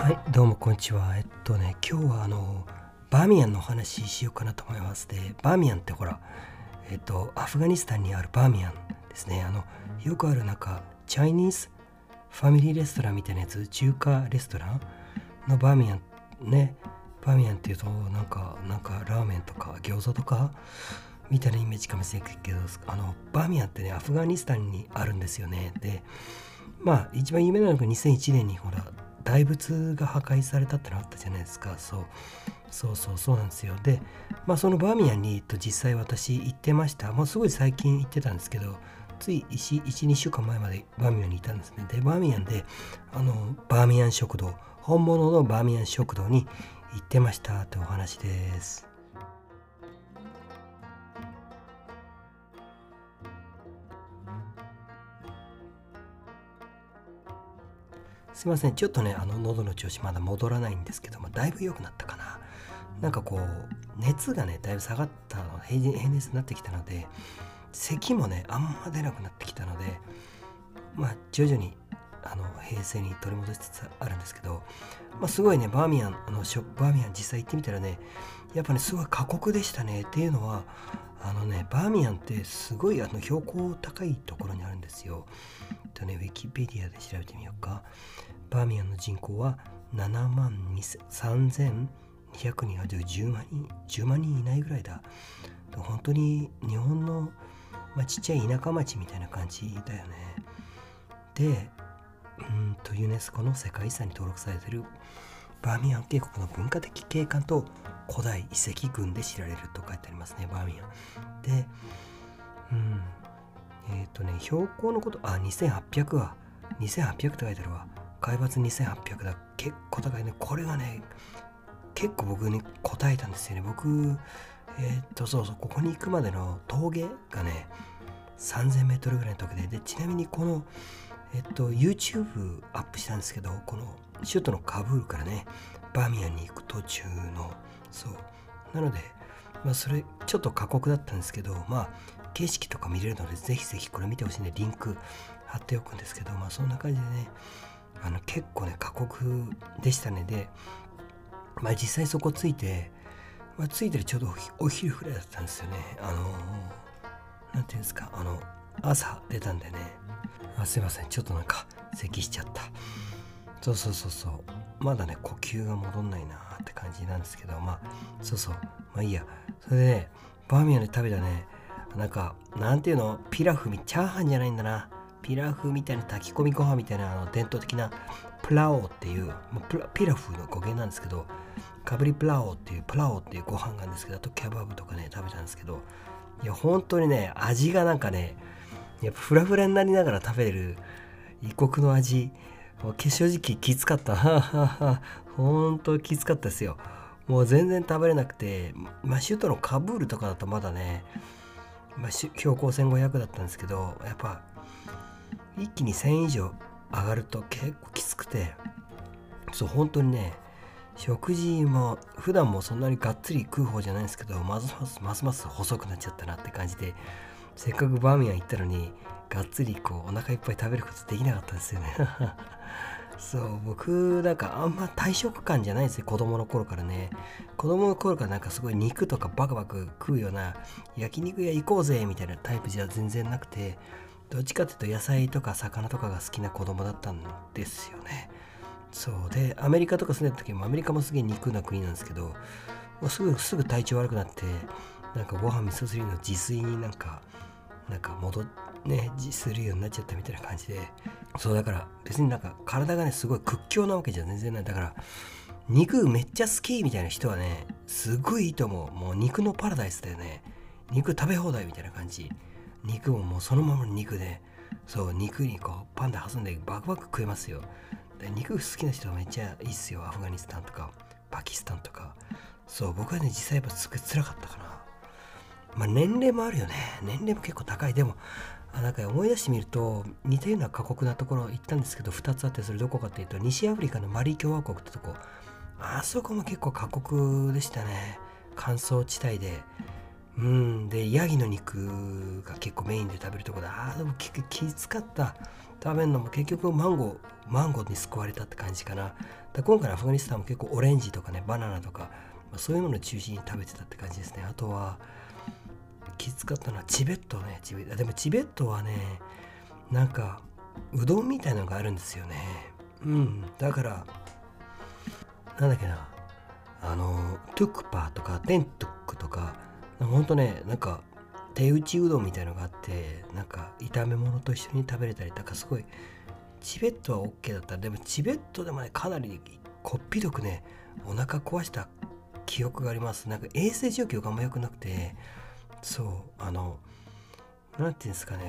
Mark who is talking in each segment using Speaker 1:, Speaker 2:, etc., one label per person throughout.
Speaker 1: はい、どうもこんにちは。今日はバーミヤンのお話ししようかなと思います。で、バーミヤンってほら、アフガニスタンにあるバーミヤンですね。よくあるチャイニーズファミリーレストランみたいなやつ、中華レストランのバーミヤンね。バーミヤンっていうと、なんかラーメンとか餃子とかみたいなイメージかもしれないけど、バーミヤンってね、アフガニスタンにあるんですよね。で、一番有名なのが2001年にほら、大仏が破壊されたってのあったじゃないですか。そうなんですよ。で、そのバーミヤンに実際私行ってました。すごい最近行ってたんですけど、つい1、2週間前までバーミヤンにいたんですね。で、バーミヤンでバーミヤン食堂、本物のバーミヤン食堂に行ってましたってお話です。すいません、ちょっとね、喉の調子まだ戻らないんですけども、だいぶ良くなったかな。熱がね、だいぶ下がったの、平熱になってきたので、咳もね、あんま出なくなってきたので、徐々に平静に取り戻しつつあるんですけど、すごいね、バーミヤン実際行ってみたらね、やっぱね、すごい過酷でしたね。っていうのは、バーミヤンってすごい標高高いところにあるんですよ。ウィキペディアで調べてみようか。バーミヤンの人口は7万3200人、10万人いないぐらいだ。本当に日本の、ちっちゃい田舎町みたいな感じだよね。で、ユネスコの世界遺産に登録されているバーミヤン渓谷の文化的景観と古代遺跡群で知られると書いてありますね、バーミヤン。で、標高のこと、2800は、2800って書いてあるわ。海抜2800だ。結構高いね。これがね、結構僕に答えたんですよね。僕、ここに行くまでの峠がね、3000メートルぐらいの峠で、ちなみにこの、YouTube アップしたんですけど、この首都のカブールからね、バーミヤンに行く途中の、なので、それちょっと過酷だったんですけど、景色とか見れるので、ぜひぜひこれ見てほしいんで、リンク貼っておくんですけど、そんな感じでね、結構ね、過酷でしたね。で、実際そこ着いてるちょうどお昼ぐらいだったんですよね。なんていうんですか、朝出たんでね、すいません、ちょっと咳しちゃった。まだね、呼吸が戻んないなって感じなんですけど、いいや。それでね、バーミヤンで食べたね、なんていうの、チャーハンじゃないんだな。ピラフみたいな炊き込みご飯みたいな伝統的なプラオっていう、ピラフの語源なんですけど、カブリプラオっていうご飯があるんですけど、あとキャバブとかね、食べたんですけど、いや、本当にね、味がやっぱフラフラになりながら食べれる異国の味、正直きつかった。本当きつかったですよ。もう全然食べれなくて、首都のカブールとかだとまだね、標高1500だったんですけど、やっぱ一気に1000以上上がると結構きつくて、本当にね、食事も普段もそんなにがっつり食う方じゃないんですけど、ますます細くなっちゃったなって感じで、せっかくバーミヤン行ったのにがっつりお腹いっぱい食べることできなかったんですよね。僕あんま大食感じゃないんですよ。子供の頃からすごい肉とかバクバク食うような、焼肉屋行こうぜみたいなタイプじゃ全然なくて、どっちかっていうと野菜とか魚とかが好きな子供だったんですよね。で、アメリカとか住んでた時も、アメリカもすげえ肉な国なんですけど、もうすぐ体調悪くなって、ご飯味噌汁の自炊にするようになっちゃったみたいな感じで、だから別に体がね、すごい屈強なわけじゃ全然ない。だから肉めっちゃ好きみたいな人はね、すごいいいと思う。もう肉のパラダイスだよね。肉食べ放題みたいな感じ。肉もそのままの肉で、肉にパンで挟んでバクバク食えますよ。で、肉好きな人はめっちゃいいっすよ。アフガニスタンとかパキスタンとか。僕はね、実際やっぱすごい辛かったかな。年齢もあるよね。年齢も結構高い。でも思い出してみると、似たような過酷なところ行ったんですけど、2つあって、それどこかっていうと、西アフリカのマリ共和国ってとこ、あそこも結構過酷でしたね。乾燥地帯で、でヤギの肉が結構メインで食べるところで、でも結構きつかった。 食べるのも結局マンゴーに救われたって感じかな。今回のアフガニスタンも結構オレンジとかね、バナナとか、そういうものを中心に食べてたって感じですね。あとはきつかったのはチベットね。でもチベットはね、なんかうどんみたいなのがあるんですよね。だからなんだっけな、トゥクパとかテントゥックとか、ほんとね、なんか手打ちうどんみたいのがあって、なんか炒め物と一緒に食べれたり、だからすごいチベットは OK だった。でもチベットでもね、かなりこっぴどくね、お腹壊した記憶があります。なんか衛生状況があんま良くなくて、なんていうんですかね、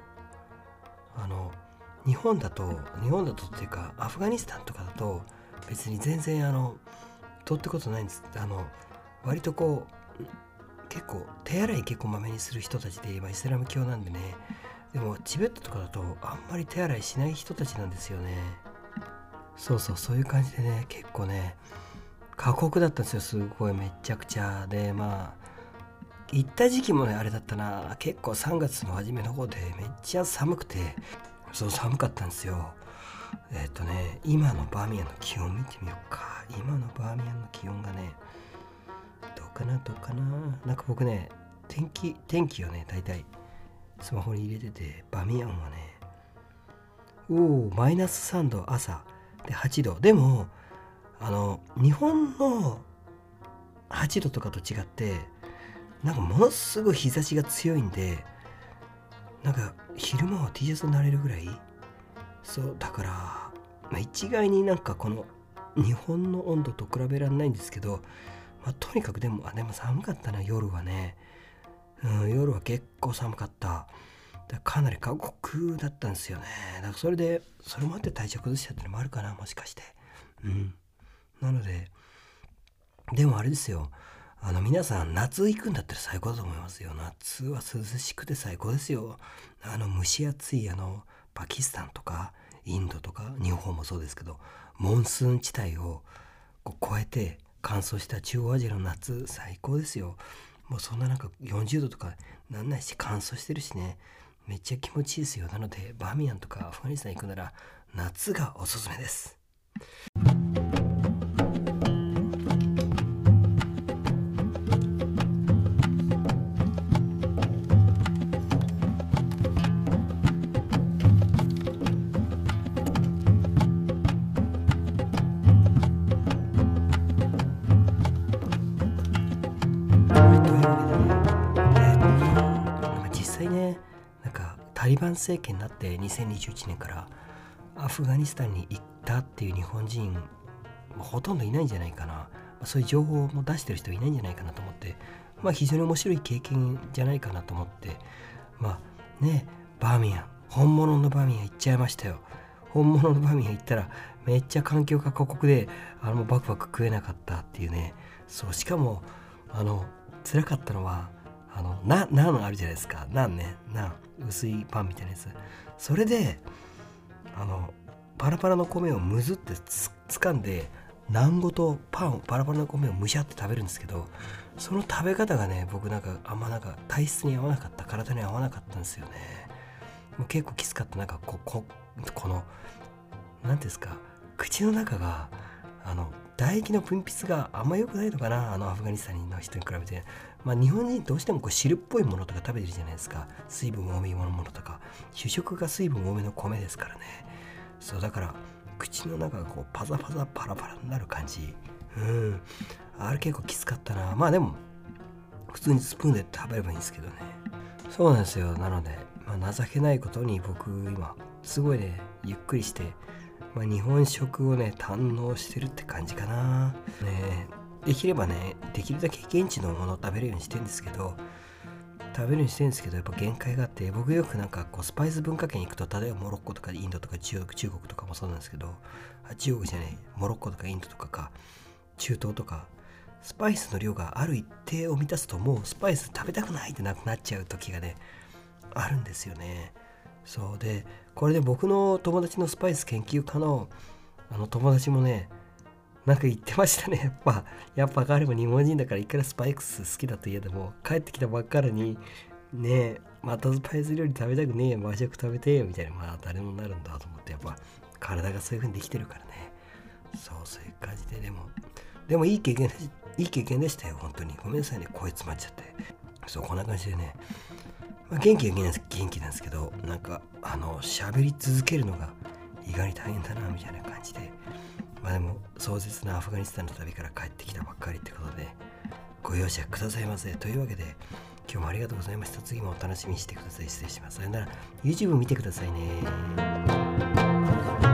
Speaker 1: 日本だとっていうかアフガニスタンとかだと別に全然取ってことないんです。割と結構手洗い結構まめにする人たちで、今イスラム教なんでね。でもチベットとかだとあんまり手洗いしない人たちなんですよね。そういう感じでね、結構ね過酷だったんですよ。すごいめちゃくちゃで、行った時期もねあれだったな、結構3月の初めの方でめっちゃ寒くて、寒かったんですよ。今のバーミヤンの気温見てみようか。今のバーミヤンの気温がね、どうかな。なんか僕ね、天気をね、だいたいスマホに入れてて、バーミヤンはね、マイナス3度朝で8度。でも、日本の8度とかと違って、なんかものすごい日差しが強いんで、なんか昼間は T シャツになれるぐらい。だから、一概になんかこの日本の温度と比べられないんですけど、とにかくでも寒かったな、夜はね。夜は結構寒かった。かなり過酷だったんですよね。だからそれもあって体調崩しちゃったのもあるかな、もしかして。なので、でもあれですよ。皆さん夏行くんだったら最高だと思いますよ。夏は涼しくて最高ですよ。蒸し暑いパキスタンとかインドとか日本もそうですけど、モンスーン地帯を越えて乾燥した中央アジアの夏、最高ですよ。もうそんななんか40度とかなんないし、乾燥してるしね、めっちゃ気持ちいいですよ。なのでバーミヤンとかアフガニスタン行くなら夏がおすすめです。実際ね、なんかタリバン政権になって2021年からアフガニスタンに行ったっていう日本人ほとんどいないんじゃないかな。そういう情報も出してる人いないんじゃないかなと思って、非常に面白い経験じゃないかなと思って、バーミヤン、本物のバーミヤン行っちゃいましたよ。本物のバーミヤン行ったらめっちゃ環境が過酷で、バクバク食えなかったっていうね。しかも辛かったのはナンあるじゃないですか。ナン薄いパンみたいなやつ。それでパラパラの米をむずって掴んで、ナンごとパラパラの米をむしゃって食べるんですけど、その食べ方がね、僕あんま体質に合わなかった、体に合わなかったんですよね。もう結構きつかった。このなんですか、口の中が唾液の分泌があんま良くないのかな、アフガニスタンの人に比べて。日本人どうしても汁っぽいものとか食べてるじゃないですか。水分多めのものとか、主食が水分多めの米ですからね。だから口の中がパサパサパラパラになる感じ。あれ結構きつかったな。でも普通にスプーンで食べればいいんですけどね。そうなんですよ。なので、情けないことに僕今すごいね、ゆっくりして、日本食をね堪能してるって感じかな。できればね、できるだけ現地のものを食べるようにしてるんですけど、やっぱ限界があって、僕よくスパイス文化圏行くと、例えばモロッコとかインドとか中国とかもそうなんですけど、中国じゃない、モロッコとかインドとか中東とか、スパイスの量がある一定を満たすと、もうスパイス食べたくないってなくなっちゃう時がねあるんですよね。でこれで僕の友達のスパイス研究家の友達もね、言ってましたね。やっぱ彼も日本人だから、いくらスパイス好きだといえども、帰ってきたばっかりにねえ、またスパイス料理食べたくねえよ、和食食べてよみたいな、まあ誰もなるんだと思って、やっぱ体がそういう風にできてるからね。そういう感じで、でもいい経験でしたよ、本当に。ごめんなさいね、声詰まっちゃって。こんな感じでね、元気なんですけど、なんか喋り続けるのが意外に大変だなみたいな感じで、でも壮絶なアフガニスタンの旅から帰ってきたばっかりってことで、ご容赦くださいませ。というわけで、今日もありがとうございました。次もお楽しみにしてください。失礼します。さよなら。YouTube 見てくださいね。